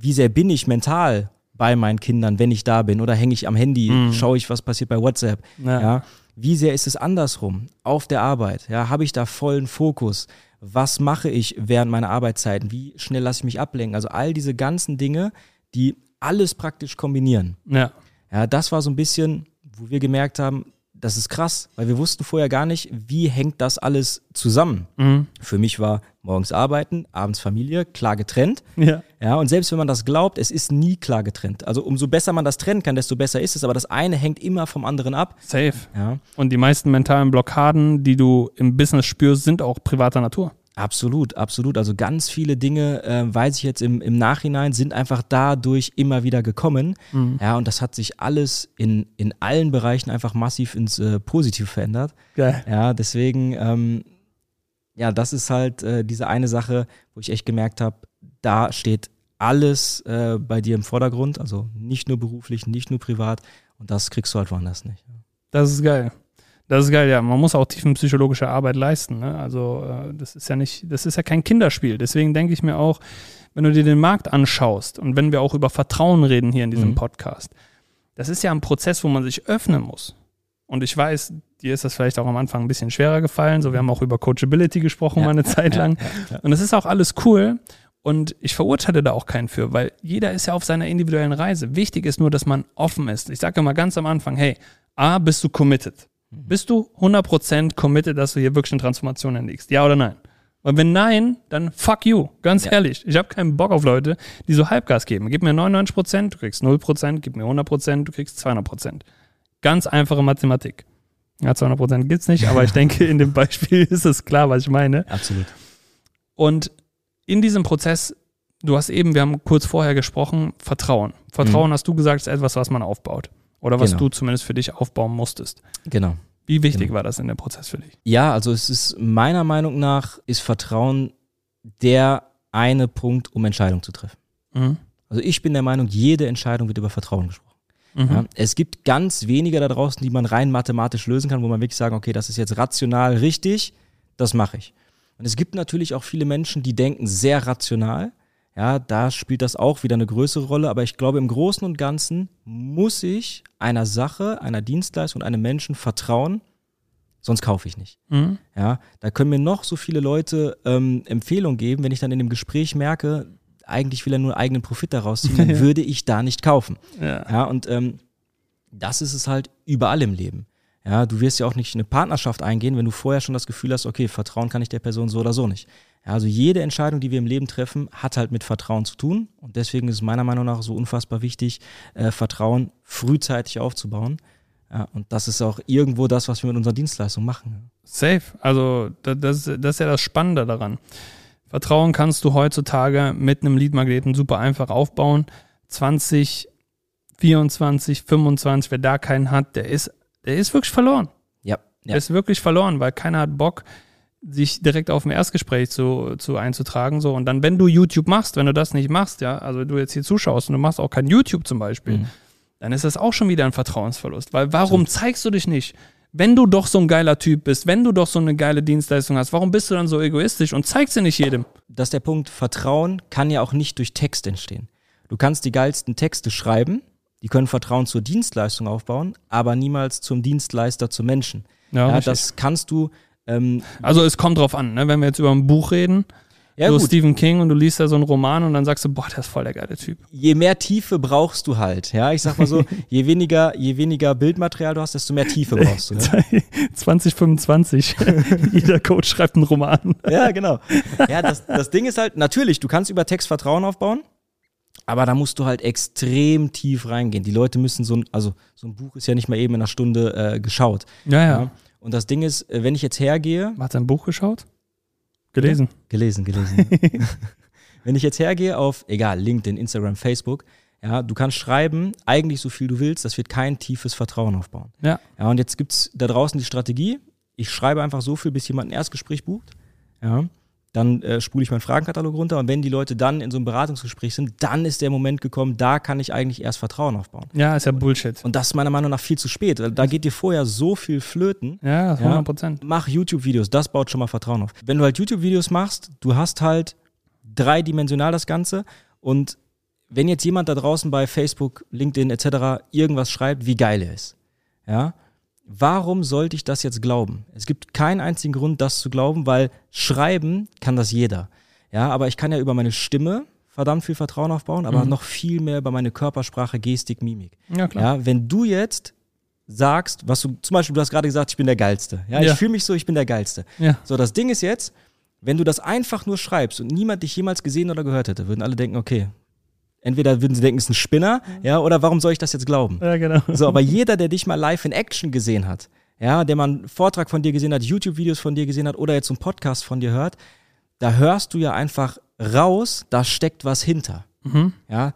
mental bei meinen Kindern, wenn ich da bin? Oder hänge ich am Handy, schaue ich, was passiert bei WhatsApp? Ja. Wie sehr ist es andersrum auf der Arbeit? Ja, habe ich da vollen Fokus? Was mache ich während meiner Arbeitszeiten? Wie schnell lasse ich mich ablenken? Also all diese ganzen Dinge, die alles praktisch kombinieren. Ja, das war so ein bisschen, wo wir gemerkt haben, das ist krass, weil wir wussten vorher gar nicht, wie hängt das alles zusammen. Für mich war morgens arbeiten, abends Familie, klar getrennt. Ja, und selbst wenn man das glaubt, es ist nie klar getrennt. Also umso besser man das trennen kann, desto besser ist es, aber das eine hängt immer vom anderen ab. Safe. Ja. Und die meisten mentalen Blockaden, die du im Business spürst, sind auch privater Natur. Absolut, absolut. Also ganz viele Dinge, weiß ich jetzt im Nachhinein, sind einfach dadurch immer wieder gekommen. Ja, und das hat sich alles in allen Bereichen einfach massiv ins Positive verändert. Geil. Ja, deswegen, das ist halt diese eine Sache, wo ich echt gemerkt habe, da steht alles bei dir im Vordergrund. Also nicht nur beruflich, nicht nur privat. Und das kriegst du halt woanders nicht. Das ist geil. Das ist geil, ja. Man muss auch tiefenpsychologische Arbeit leisten. Ne? Also das ist ja kein Kinderspiel. Deswegen denke ich mir auch, wenn du dir den Markt anschaust und wenn wir auch über Vertrauen reden hier in diesem Podcast, das ist ja ein Prozess, wo man sich öffnen muss. Und ich weiß, dir ist das vielleicht auch am Anfang ein bisschen schwerer gefallen. So, wir haben auch über Coachability gesprochen mal eine Zeit lang. Ja. Und das ist auch alles cool. Und ich verurteile da auch keinen für, weil jeder ist ja auf seiner individuellen Reise. Wichtig ist nur, dass man offen ist. Ich sage immer ganz am Anfang, hey, bist du committed? Bist du 100% committed, dass du hier wirklich eine Transformation hinlegst? Ja oder nein? Und wenn nein, dann fuck you. Ganz ehrlich. Ich habe keinen Bock auf Leute, die so Halbgas geben. Gib mir 99%, du kriegst 0%, gib mir 100%, du kriegst 200%. Ganz einfache Mathematik. Ja, 200% gibt's nicht, aber ich denke, in dem Beispiel ist es klar, was ich meine. Absolut. Und in diesem Prozess, wir haben kurz vorher gesprochen, Vertrauen. Vertrauen, hast du gesagt, ist etwas, was man aufbaut. Oder was du zumindest für dich aufbauen musstest. Genau. Wie wichtig war das in dem Prozess für dich? Ja, also es ist meiner Meinung nach, ist Vertrauen der eine Punkt, um Entscheidungen zu treffen. Also ich bin der Meinung, jede Entscheidung wird über Vertrauen gesprochen. Ja, es gibt ganz wenige da draußen, die man rein mathematisch lösen kann, wo man wirklich sagen, okay, das ist jetzt rational richtig, das mache ich. Und es gibt natürlich auch viele Menschen, die denken sehr rational. Ja, da spielt das auch wieder eine größere Rolle, aber ich glaube, im Großen und Ganzen muss ich einer Sache, einer Dienstleistung und einem Menschen vertrauen, sonst kaufe ich nicht. Ja, da können mir noch so viele Leute Empfehlungen geben, wenn ich dann in dem Gespräch merke, eigentlich will er nur eigenen Profit daraus ziehen, dann würde ich da nicht kaufen. Ja, und das ist es halt überall im Leben. Ja, du wirst ja auch nicht eine Partnerschaft eingehen, wenn du vorher schon das Gefühl hast, okay, vertrauen kann ich der Person so oder so nicht. Ja, also jede Entscheidung, die wir im Leben treffen, hat halt mit Vertrauen zu tun. Und deswegen ist es meiner Meinung nach so unfassbar wichtig, Vertrauen frühzeitig aufzubauen. Ja, und das ist auch irgendwo das, was wir mit unserer Dienstleistung machen. Safe. Also das ist ja das Spannende daran. Vertrauen kannst du heutzutage mit einem Lead-Magneten super einfach aufbauen. 2024, 25, wer da keinen hat, der ist wirklich verloren. Ja. Der ist wirklich verloren, weil keiner hat Bock, sich direkt auf ein Erstgespräch einzutragen. So. Und dann, wenn du YouTube machst, wenn du das nicht machst, ja, also du jetzt hier zuschaust und du machst auch kein YouTube zum Beispiel, dann ist das auch schon wieder ein Vertrauensverlust. Weil warum zeigst du dich nicht? Wenn du doch so ein geiler Typ bist, wenn du doch so eine geile Dienstleistung hast, warum bist du dann so egoistisch und zeigst sie nicht jedem? Das ist der Punkt, Vertrauen kann ja auch nicht durch Text entstehen. Du kannst die geilsten Texte schreiben, die können Vertrauen zur Dienstleistung aufbauen, aber niemals zum Dienstleister, zum Menschen. Ja, das kannst du... also es kommt drauf an, ne? Wenn wir jetzt über ein Buch reden, so Stephen King und du liest da so einen Roman und dann sagst du, boah, der ist voll der geile Typ. Je mehr Tiefe brauchst du halt, ja, ich sag mal so, je weniger Bildmaterial du hast, desto mehr Tiefe brauchst du. Ne? 2025, jeder Coach schreibt einen Roman. Ja, genau. Ja, das Ding ist halt, natürlich, du kannst über Text Vertrauen aufbauen, aber da musst du halt extrem tief reingehen. Die Leute müssen so ein Buch ist ja nicht mal eben in einer Stunde geschaut. Ja. Und das Ding ist, wenn ich jetzt hergehe... Hat er ein Buch geschaut? Gelesen. Gelesen. Wenn ich jetzt hergehe auf, egal, LinkedIn, Instagram, Facebook, ja, du kannst schreiben, eigentlich so viel du willst, das wird kein tiefes Vertrauen aufbauen. Ja, und jetzt gibt es da draußen die Strategie, ich schreibe einfach so viel, bis jemand ein Erstgespräch bucht, ja, dann spule ich meinen Fragenkatalog runter und wenn die Leute dann in so einem Beratungsgespräch sind, dann ist der Moment gekommen, da kann ich eigentlich erst Vertrauen aufbauen. Ja, ist ja Bullshit. Und das ist meiner Meinung nach viel zu spät. Da geht dir vorher so viel flöten. Ja, 100%. Mach YouTube-Videos, das baut schon mal Vertrauen auf. Wenn du halt YouTube-Videos machst, du hast halt dreidimensional das Ganze und wenn jetzt jemand da draußen bei Facebook, LinkedIn etc. irgendwas schreibt, wie geil er ist, ja, warum sollte ich das jetzt glauben? Es gibt keinen einzigen Grund, das zu glauben, weil schreiben kann das jeder. Ja, aber ich kann ja über meine Stimme verdammt viel Vertrauen aufbauen, aber noch viel mehr über meine Körpersprache, Gestik, Mimik. Ja, klar. Ja, wenn du jetzt sagst, was du, zum Beispiel, du hast gerade gesagt, ich bin der Geilste. Ja, ich fühle mich so, ich bin der Geilste. Ja. So, das Ding ist jetzt, wenn du das einfach nur schreibst und niemand dich jemals gesehen oder gehört hätte, würden alle denken, okay, entweder würden sie denken, es ist ein Spinner, ja, oder warum soll ich das jetzt glauben? Ja, genau. So, aber jeder, der dich mal live in Action gesehen hat, ja, der mal einen Vortrag von dir gesehen hat, YouTube-Videos von dir gesehen hat oder jetzt einen Podcast von dir hört, da hörst du ja einfach raus, da steckt was hinter. Ja,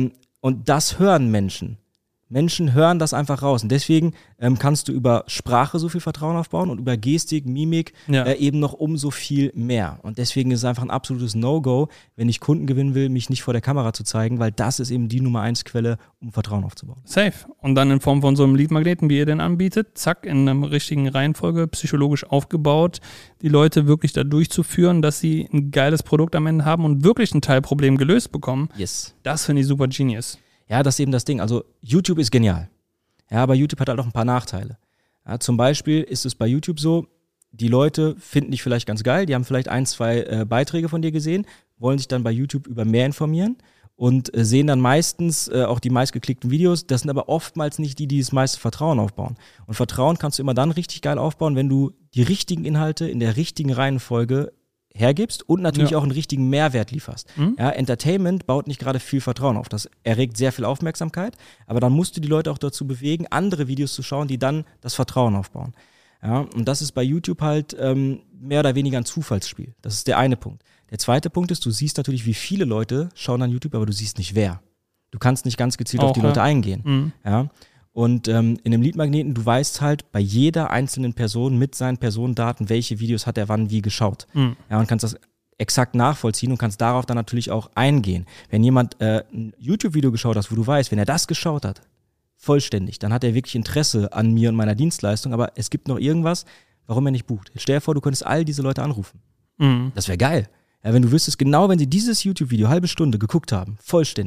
und das hören Menschen. Menschen hören das einfach raus. Und deswegen kannst du über Sprache so viel Vertrauen aufbauen und über Gestik, Mimik eben noch umso viel mehr. Und deswegen ist es einfach ein absolutes No-Go, wenn ich Kunden gewinnen will, mich nicht vor der Kamera zu zeigen, weil das ist eben die Nummer 1 Quelle, um Vertrauen aufzubauen. Safe. Und dann in Form von so einem Lead-Magneten, wie ihr den anbietet, zack, in einer richtigen Reihenfolge, psychologisch aufgebaut, die Leute wirklich da durchzuführen, dass sie ein geiles Produkt am Ende haben und wirklich ein Teilproblem gelöst bekommen. Yes. Das finde ich super genius. Ja, das ist eben das Ding. Also YouTube ist genial. Ja, aber YouTube hat halt auch ein paar Nachteile. Ja, zum Beispiel ist es bei YouTube so, die Leute finden dich vielleicht ganz geil, die haben vielleicht 1, 2 Beiträge von dir gesehen, wollen sich dann bei YouTube über mehr informieren und sehen dann meistens auch die meistgeklickten Videos. Das sind aber oftmals nicht die das meiste Vertrauen aufbauen. Und Vertrauen kannst du immer dann richtig geil aufbauen, wenn du die richtigen Inhalte in der richtigen Reihenfolge hergibst und natürlich auch einen richtigen Mehrwert lieferst. Ja, Entertainment baut nicht gerade viel Vertrauen auf. Das erregt sehr viel Aufmerksamkeit, aber dann musst du die Leute auch dazu bewegen, andere Videos zu schauen, die dann das Vertrauen aufbauen. Ja, und das ist bei YouTube halt mehr oder weniger ein Zufallsspiel. Das ist der eine Punkt. Der zweite Punkt ist, du siehst natürlich, wie viele Leute schauen an YouTube, aber du siehst nicht wer. Du kannst nicht ganz gezielt auf die Leute eingehen. Ja. Und in dem Lead-Magneten, du weißt halt bei jeder einzelnen Person mit seinen Personendaten, welche Videos hat er wann wie geschaut. Ja, und kannst das exakt nachvollziehen und kannst darauf dann natürlich auch eingehen. Wenn jemand ein YouTube-Video geschaut hat, wo du weißt, wenn er das geschaut hat, vollständig, dann hat er wirklich Interesse an mir und meiner Dienstleistung, aber es gibt noch irgendwas, warum er nicht bucht. Jetzt stell dir vor, du könntest all diese Leute anrufen. Das wäre geil. Ja, wenn du wüsstest, genau wenn sie dieses YouTube-Video halbe Stunde geguckt haben, vollständig,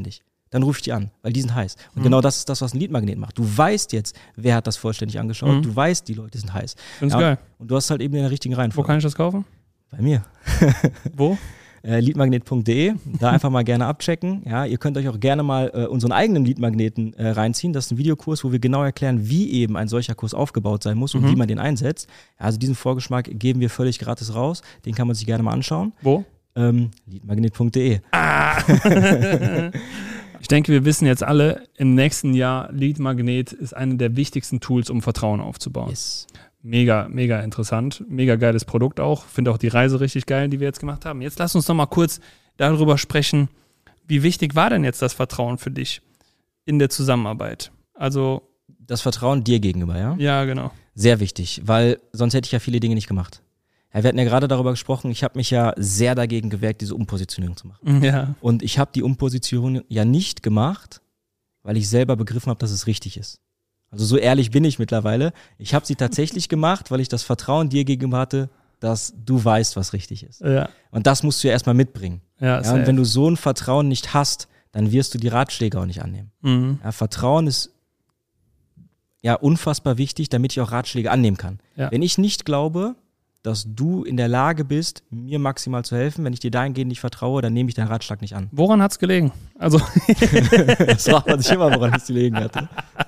dann rufe ich die an, weil die sind heiß. Und genau das ist das, was ein Lead-Magnet macht. Du weißt jetzt, wer hat das vollständig angeschaut, du weißt, die Leute sind heiß. Find's geil. Und du hast halt eben in der richtigen Reihenfolge. Wo kann ich das kaufen? Bei mir. Wo? Leadmagnet.de, da einfach mal gerne abchecken. Ja, ihr könnt euch auch gerne mal unseren eigenen Leadmagneten reinziehen. Das ist ein Videokurs, wo wir genau erklären, wie eben ein solcher Kurs aufgebaut sein muss und wie man den einsetzt. Ja, also diesen Vorgeschmack geben wir völlig gratis raus. Den kann man sich gerne mal anschauen. Wo? Leadmagnet.de. Ich denke, wir wissen jetzt alle, im nächsten Jahr Leadmagnet ist eine der wichtigsten Tools, um Vertrauen aufzubauen. Yes. Mega, mega interessant. Mega geiles Produkt auch. Finde auch die Reise richtig geil, die wir jetzt gemacht haben. Jetzt lass uns noch mal kurz darüber sprechen, wie wichtig war denn jetzt das Vertrauen für dich in der Zusammenarbeit? Also das Vertrauen dir gegenüber, ja? Ja, genau. Sehr wichtig, weil sonst hätte ich ja viele Dinge nicht gemacht. Ja, wir hatten ja gerade darüber gesprochen, ich habe mich ja sehr dagegen gewehrt, diese Umpositionierung zu machen. Ja. Und ich habe die Umpositionierung ja nicht gemacht, weil ich selber begriffen habe, dass es richtig ist. Also so ehrlich bin ich mittlerweile. Ich habe sie tatsächlich gemacht, weil ich das Vertrauen dir gegenüber hatte, dass du weißt, was richtig ist. Ja. Und das musst du ja erstmal mitbringen. Ja, und wenn du so ein Vertrauen nicht hast, dann wirst du die Ratschläge auch nicht annehmen. Ja, Vertrauen ist ja unfassbar wichtig, damit ich auch Ratschläge annehmen kann. Ja. Wenn ich nicht glaube, dass du in der Lage bist, mir maximal zu helfen, wenn ich dir dahingehend nicht vertraue, dann nehme ich deinen Ratschlag nicht an. Woran hat es gelegen? Also das fragt man sich immer, woran es gelegen hatte.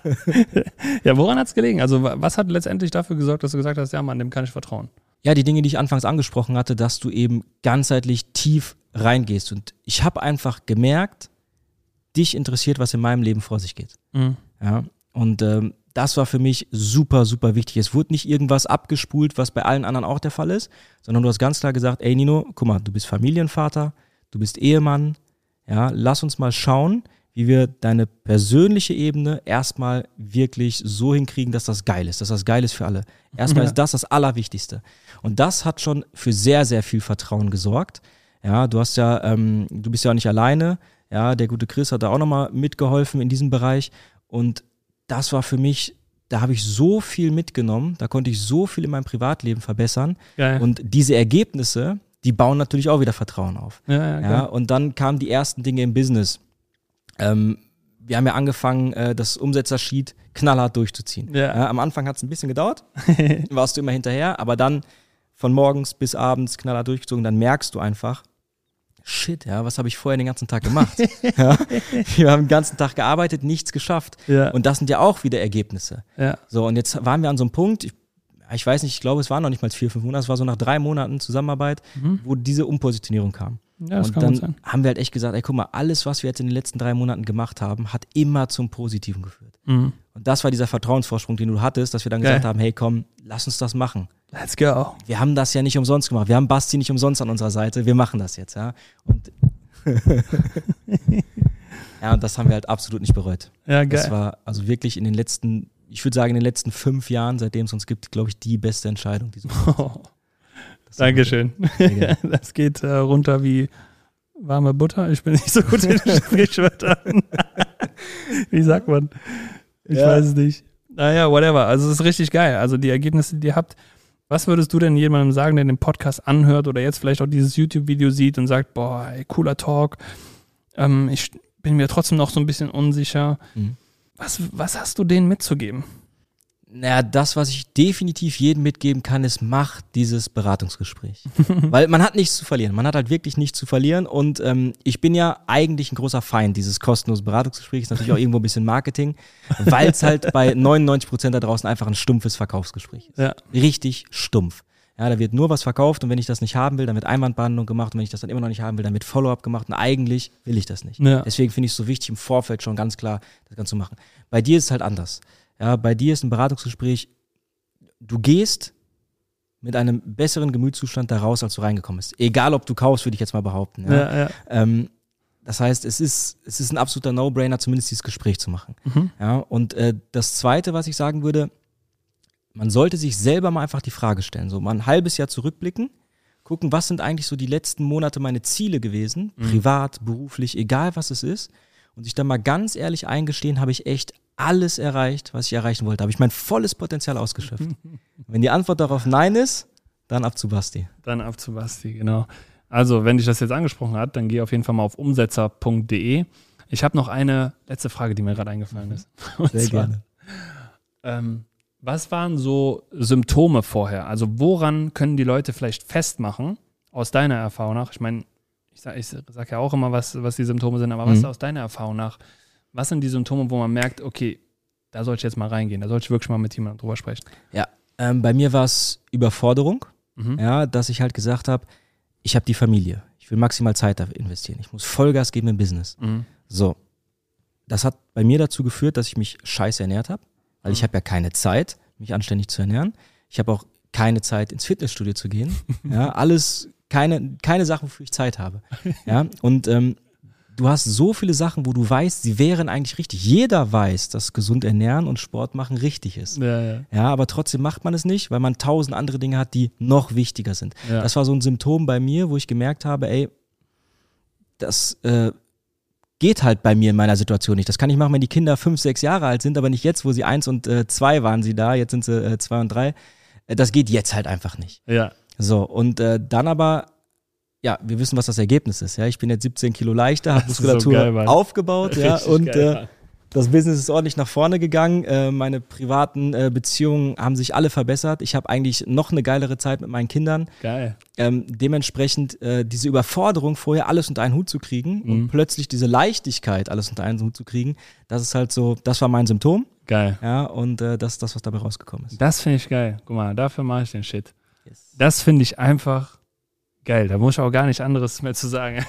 Ja, woran hat es gelegen? Also was hat letztendlich dafür gesorgt, dass du gesagt hast, ja Mann, dem kann ich vertrauen? Ja, die Dinge, die ich anfangs angesprochen hatte, dass du eben ganzheitlich tief reingehst. Und ich habe einfach gemerkt, dich interessiert, was in meinem Leben vor sich geht. Ja, und das war für mich super, super wichtig. Es wurde nicht irgendwas abgespult, was bei allen anderen auch der Fall ist, sondern du hast ganz klar gesagt, ey Nino, guck mal, du bist Familienvater, du bist Ehemann, ja, lass uns mal schauen, wie wir deine persönliche Ebene erstmal wirklich so hinkriegen, dass das geil ist, für alle. Erstmal ist das Allerwichtigste. Und das hat schon für sehr, sehr viel Vertrauen gesorgt. Ja, du bist ja auch nicht alleine. Ja, der gute Chris hat da auch nochmal mitgeholfen in diesem Bereich. Und das war für mich, da habe ich so viel mitgenommen, da konnte ich so viel in meinem Privatleben verbessern. Geil. Und diese Ergebnisse, die bauen natürlich auch wieder Vertrauen auf. Ja, und dann kamen die ersten Dinge im Business. Wir haben ja angefangen, das Umsetzer-Sheet knallhart durchzuziehen. Ja, am Anfang hat es ein bisschen gedauert, warst du immer hinterher, aber dann von morgens bis abends knallhart durchgezogen, dann merkst du einfach, shit, ja, was habe ich vorher den ganzen Tag gemacht? Ja, wir haben den ganzen Tag gearbeitet, nichts geschafft. Ja. Und das sind ja auch wieder Ergebnisse. Ja. So, und jetzt waren wir an so einem Punkt, ich weiß nicht, ich glaube, es waren noch nicht mal 4-5 Monate, es war so nach 3 Monaten Zusammenarbeit, wo diese Umpositionierung kam. Ja, das und kann dann gut sein. haben wir halt echt gesagt, ey, guck mal, alles, was wir jetzt in den letzten 3 Monaten gemacht haben, hat immer zum Positiven geführt. Und das war dieser Vertrauensvorsprung, den du hattest, dass wir dann gesagt haben, hey, komm, lass uns das machen. Let's go. Wir haben das ja nicht umsonst gemacht. Wir haben Basti nicht umsonst an unserer Seite. Wir machen das jetzt, ja. Und ja, und das haben wir halt absolut nicht bereut. Ja, geil. Das war also wirklich in den letzten, ich würde sagen, in den letzten 5 Jahren, seitdem es uns gibt, glaube ich, die beste Entscheidung. Die so Dankeschön. Das geht runter wie warme Butter. Ich bin nicht so gut in Sprichwörtern. Wie sagt man? Ich weiß es nicht. Naja, whatever. Also es ist richtig geil. Also die Ergebnisse, die ihr habt. Was würdest du denn jemandem sagen, der den Podcast anhört oder jetzt vielleicht auch dieses YouTube-Video sieht und sagt, boah, ey, cooler Talk. Ich bin mir trotzdem noch so ein bisschen unsicher. Was hast du denen mitzugeben? Naja, das, was ich definitiv jedem mitgeben kann, ist, mach dieses Beratungsgespräch. Weil man hat nichts zu verlieren. Man hat halt wirklich nichts zu verlieren. Und ich bin ja eigentlich ein großer Feind dieses kostenlosen Beratungsgesprächs. Natürlich auch irgendwo ein bisschen Marketing, weil es halt bei 99% da draußen einfach ein stumpfes Verkaufsgespräch ist. Ja. Richtig stumpf. Ja, da wird nur was verkauft und wenn ich das nicht haben will, dann wird Einwandbehandlung gemacht und wenn ich das dann immer noch nicht haben will, dann wird Follow-up gemacht und eigentlich will ich das nicht. Ja. Deswegen finde ich es so wichtig, im Vorfeld schon ganz klar das Ganze zu machen. Bei dir ist es halt anders. Ja, bei dir ist ein Beratungsgespräch, du gehst mit einem besseren Gemütszustand da raus, als du reingekommen bist. Egal, ob du kaufst, würde ich jetzt mal behaupten. Ja. Das heißt, es ist ein absoluter No-Brainer, zumindest dieses Gespräch zu machen. Ja, und das Zweite, was ich sagen würde, man sollte sich selber mal einfach die Frage stellen, so mal ein halbes Jahr zurückblicken, gucken, was sind eigentlich so die letzten Monate meine Ziele gewesen, privat, beruflich, egal was es ist, und sich dann mal ganz ehrlich eingestehen, habe ich echt alles erreicht, was ich erreichen wollte. Habe ich mein volles Potenzial ausgeschöpft. Wenn die Antwort darauf Nein ist, dann ab zu Basti. Dann ab zu Basti, genau. Also, wenn dich das jetzt angesprochen hat, dann geh auf jeden Fall mal auf umsetzer.de. Ich habe noch eine letzte Frage, die mir gerade eingefallen ist. Und Sehr zwar, gerne. Was waren so Symptome vorher? Also woran können die Leute vielleicht festmachen, aus deiner Erfahrung nach? Ich meine, ich sag ja auch immer, was die Symptome sind, aber was aus deiner Erfahrung nach, was sind die Symptome, wo man merkt, okay, da sollte ich jetzt mal reingehen, da sollte ich wirklich mal mit jemandem drüber sprechen? Ja, bei mir war es Überforderung, ja, dass ich halt gesagt habe, ich habe die Familie, ich will maximal Zeit da investieren, ich muss Vollgas geben im Business. So, das hat bei mir dazu geführt, dass ich mich scheiße ernährt habe, weil ich habe ja keine Zeit, mich anständig zu ernähren. Ich habe auch keine Zeit, ins Fitnessstudio zu gehen. Ja, alles, keine Sachen, wofür ich Zeit habe. Ja, und du hast so viele Sachen, wo du weißt, sie wären eigentlich richtig. Jeder weiß, dass gesund ernähren und Sport machen richtig ist. Ja, aber trotzdem macht man es nicht, weil man 1000 andere Dinge hat, die noch wichtiger sind. Ja. Das war so ein Symptom bei mir, wo ich gemerkt habe, ey, das geht halt bei mir in meiner Situation nicht. Das kann ich machen, wenn die Kinder 5, 6 Jahre alt sind, aber nicht jetzt, wo sie 1 und 2 waren sie da, jetzt sind sie 2 und 3. Das geht jetzt halt einfach nicht. Ja. So, und dann aber, ja, wir wissen, was das Ergebnis ist. Ja, ich bin jetzt 17 Kilo leichter, habe Muskulatur so geil, aufgebaut, ja, und geil, das Business ist ordentlich nach vorne gegangen. Meine privaten Beziehungen haben sich alle verbessert. Ich habe eigentlich noch eine geilere Zeit mit meinen Kindern. Geil. Dementsprechend diese Überforderung, vorher alles unter einen Hut zu kriegen und plötzlich diese Leichtigkeit, alles unter einen Hut zu kriegen, das ist halt so, das war mein Symptom. Geil. Ja, und das ist das, was dabei rausgekommen ist. Das finde ich geil. Guck mal, dafür mache ich den Shit. Yes. Das finde ich einfach geil. Da muss ich auch gar nichts anderes mehr zu sagen.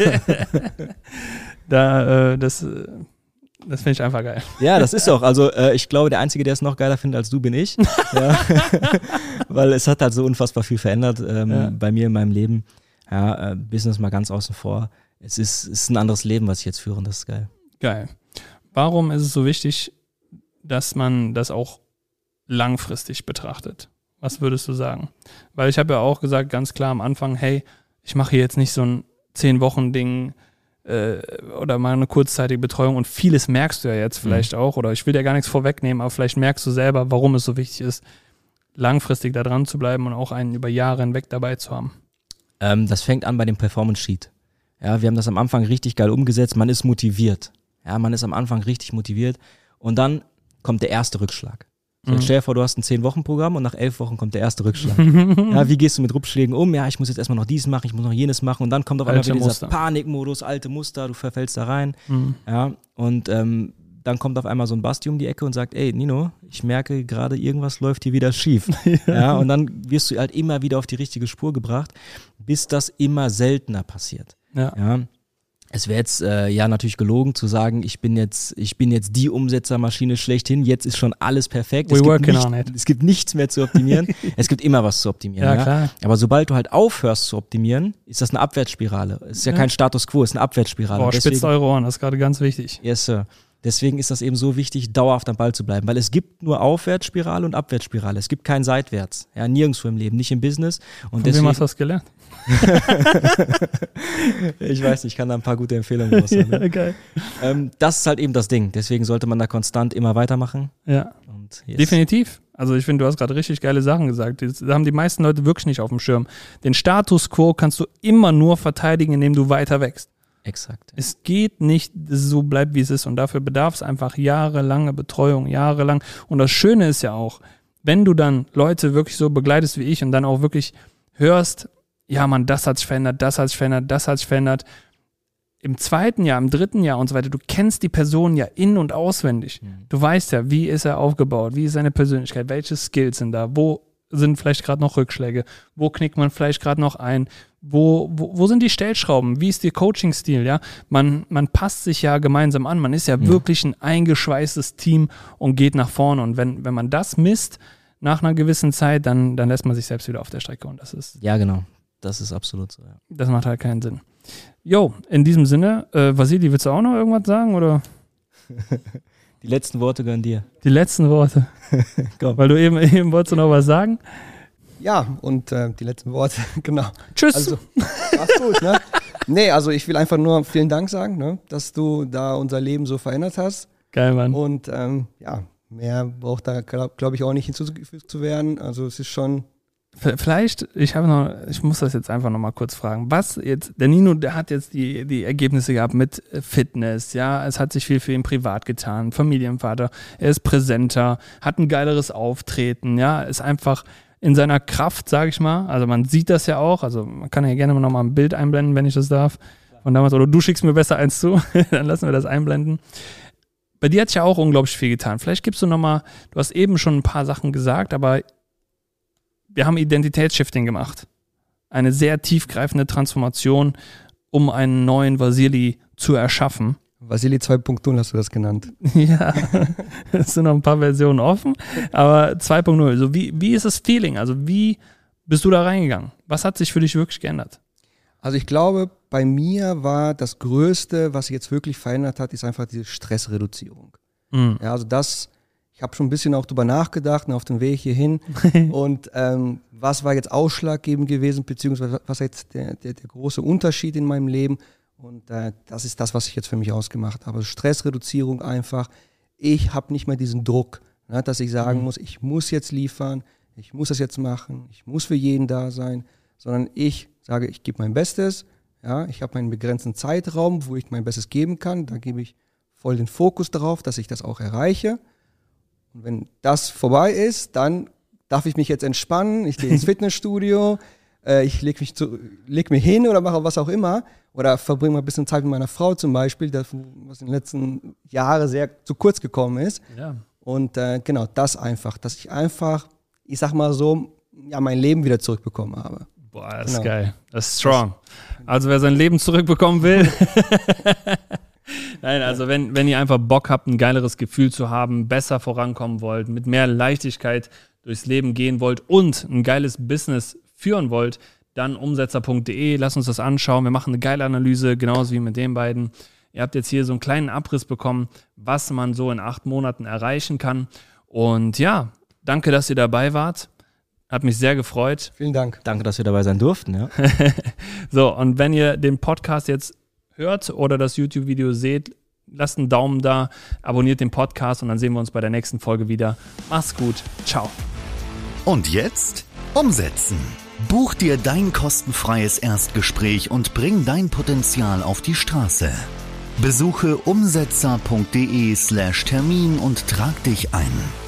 Das finde ich einfach geil. Ja, das ist auch. Also ich glaube, der Einzige, der es noch geiler findet als du, bin ich. Ja. Weil es hat halt so unfassbar viel verändert bei mir in meinem Leben. Ja, Business mal ganz außen vor. Es ist ein anderes Leben, was ich jetzt führe und das ist geil. Geil. Warum ist es so wichtig, dass man das auch langfristig betrachtet? Was würdest du sagen? Weil ich habe ja auch gesagt, ganz klar am Anfang, hey, ich mache hier jetzt nicht so ein 10-Wochen-Ding, oder mal eine kurzzeitige Betreuung und vieles merkst du ja jetzt vielleicht auch, oder ich will dir gar nichts vorwegnehmen, aber vielleicht merkst du selber, warum es so wichtig ist, langfristig da dran zu bleiben und auch einen über Jahre hinweg dabei zu haben. Das fängt an bei dem Performance Sheet. Ja, wir haben das am Anfang richtig geil umgesetzt, man ist motiviert. Ja, man ist am Anfang richtig motiviert und dann kommt der erste Rückschlag. So, stell dir vor, du hast ein 10-Wochen-Programm und nach 11 Wochen kommt der erste Rückschlag. Ja, wie gehst du mit Rückschlägen um? Ja, ich muss jetzt erstmal noch dies machen, ich muss noch jenes machen und dann kommt auf einmal wieder dieser Panikmodus, alte Muster, du verfällst da rein. Ja, und dann kommt auf einmal so ein Basti um die Ecke und sagt, ey Nino, ich merke gerade, irgendwas läuft hier wieder schief. Ja, und dann wirst du halt immer wieder auf die richtige Spur gebracht, bis das immer seltener passiert. Ja. Es wäre jetzt natürlich gelogen zu sagen, ich bin jetzt die Umsetzermaschine schlechthin, jetzt ist schon alles perfekt. Es gibt nichts mehr zu optimieren. Es gibt immer was zu optimieren. Ja, klar. Aber sobald du halt aufhörst zu optimieren, ist das eine Abwärtsspirale. Es ist ja kein Status Quo, es ist eine Abwärtsspirale. Boah, spitzt eure Ohren, das ist gerade ganz wichtig. Yes, Sir. Deswegen ist das eben so wichtig, dauerhaft am Ball zu bleiben, weil es gibt nur Aufwärtsspirale und Abwärtsspirale. Es gibt kein Seitwärts. Ja, nirgendwo im Leben, nicht im Business. Und Von wem hast du das gelernt? Ich weiß nicht, ich kann da ein paar gute Empfehlungen raus haben. Ja, geil. Das ist halt eben das Ding. Deswegen sollte man da konstant immer weitermachen. Ja, und definitiv. Also ich finde, du hast gerade richtig geile Sachen gesagt. Da haben die meisten Leute wirklich nicht auf dem Schirm. Den Status Quo kannst du immer nur verteidigen, indem du weiter wächst. Exakt. Ja. Es geht nicht, dass es so bleibt, wie es ist. Und dafür bedarf es einfach jahrelange Betreuung, jahrelang. Und das Schöne ist ja auch, wenn du dann Leute wirklich so begleitest wie ich und dann auch wirklich hörst, ja Mann, das hat sich verändert, das hat sich verändert, das hat sich verändert. Im 2. Jahr, im 3. Jahr und so weiter, du kennst die Person ja in- und auswendig. Du weißt ja, wie ist er aufgebaut, wie ist seine Persönlichkeit, welche Skills sind da, wo sind vielleicht gerade noch Rückschläge, wo knickt man vielleicht gerade noch ein, wo sind die Stellschrauben, wie ist der Coaching-Stil, ja? Man passt sich ja gemeinsam an, man ist ja wirklich ein eingeschweißtes Team und geht nach vorne und wenn man das misst, nach einer gewissen Zeit, dann lässt man sich selbst wieder auf der Strecke und das ist... Ja, genau. Das ist absolut so, ja. Das macht halt keinen Sinn. Jo, in diesem Sinne, Vasili, willst du auch noch irgendwas sagen, oder? Die letzten Worte gehören dir. Die letzten Worte. Komm. Weil du eben wolltest du noch was sagen? Ja, und die letzten Worte, genau. Tschüss. Also, mach's gut, ne? Nee, also ich will einfach nur vielen Dank sagen, ne, dass du da unser Leben so verändert hast. Geil, Mann. Und ja, mehr braucht da, glaube ich, auch nicht hinzugefügt zu werden. Also es ist schon Vielleicht, ich muss das jetzt einfach nochmal kurz fragen. Was jetzt, der Nino, der hat jetzt die Ergebnisse gehabt mit Fitness, ja, es hat sich viel für ihn privat getan, Familienvater, er ist präsenter, hat ein geileres Auftreten, ja, ist einfach in seiner Kraft, sage ich mal, also man sieht das ja auch, also man kann ja gerne nochmal ein Bild einblenden, wenn ich das darf, von damals, oder du schickst mir besser eins zu, dann lassen wir das einblenden. Bei dir hat sich ja auch unglaublich viel getan. Vielleicht gibst du nochmal, du hast eben schon ein paar Sachen gesagt, aber wir haben Identitätsshifting gemacht. Eine sehr tiefgreifende Transformation, um einen neuen Vasili zu erschaffen. Vasili 2.0 hast du das genannt. Ja, es sind noch ein paar Versionen offen, aber 2.0. Also wie ist das Feeling? Also wie bist du da reingegangen? Was hat sich für dich wirklich geändert? Also ich glaube, bei mir war das Größte, was sich jetzt wirklich verändert hat, ist einfach diese Stressreduzierung. Mhm. Ja, also ich habe schon ein bisschen auch drüber nachgedacht, auf dem Weg hierhin. Und was war jetzt ausschlaggebend gewesen, beziehungsweise was jetzt der große Unterschied in meinem Leben? Und das ist das, was ich jetzt für mich ausgemacht habe. Also Stressreduzierung einfach. Ich habe nicht mehr diesen Druck, dass ich sagen muss, ich muss jetzt liefern, ich muss das jetzt machen, ich muss für jeden da sein, sondern ich sage, ich gebe mein Bestes. Ja, ich habe meinen begrenzten Zeitraum, wo ich mein Bestes geben kann. Da gebe ich voll den Fokus darauf, dass ich das auch erreiche. Und wenn das vorbei ist, dann darf ich mich jetzt entspannen. Ich gehe ins Fitnessstudio, ich leg mich hin oder mache was auch immer. Oder verbringe mal ein bisschen Zeit mit meiner Frau zum Beispiel, was in den letzten Jahren sehr zu kurz gekommen ist. Ja. Und genau, das einfach, dass ich einfach, ich sag mal so, ja, mein Leben wieder zurückbekommen habe. Boah, das ist geil. Das ist strong. Also wer sein Leben zurückbekommen will. Nein, also wenn ihr einfach Bock habt, ein geileres Gefühl zu haben, besser vorankommen wollt, mit mehr Leichtigkeit durchs Leben gehen wollt und ein geiles Business führen wollt, dann umsetzer.de, lasst uns das anschauen. Wir machen eine geile Analyse, genauso wie mit den beiden. Ihr habt jetzt hier so einen kleinen Abriss bekommen, was man so in 8 Monaten erreichen kann. Und ja, danke, dass ihr dabei wart. Hat mich sehr gefreut. Vielen Dank. Danke, dass wir dabei sein durften. Ja. So, und wenn ihr den Podcast jetzt hört oder das YouTube-Video seht, lasst einen Daumen da, abonniert den Podcast und dann sehen wir uns bei der nächsten Folge wieder. Mach's gut. Ciao. Und jetzt umsetzen. Buch dir dein kostenfreies Erstgespräch und bring dein Potenzial auf die Straße. Besuche umsetzer.de/Termin und trag dich ein.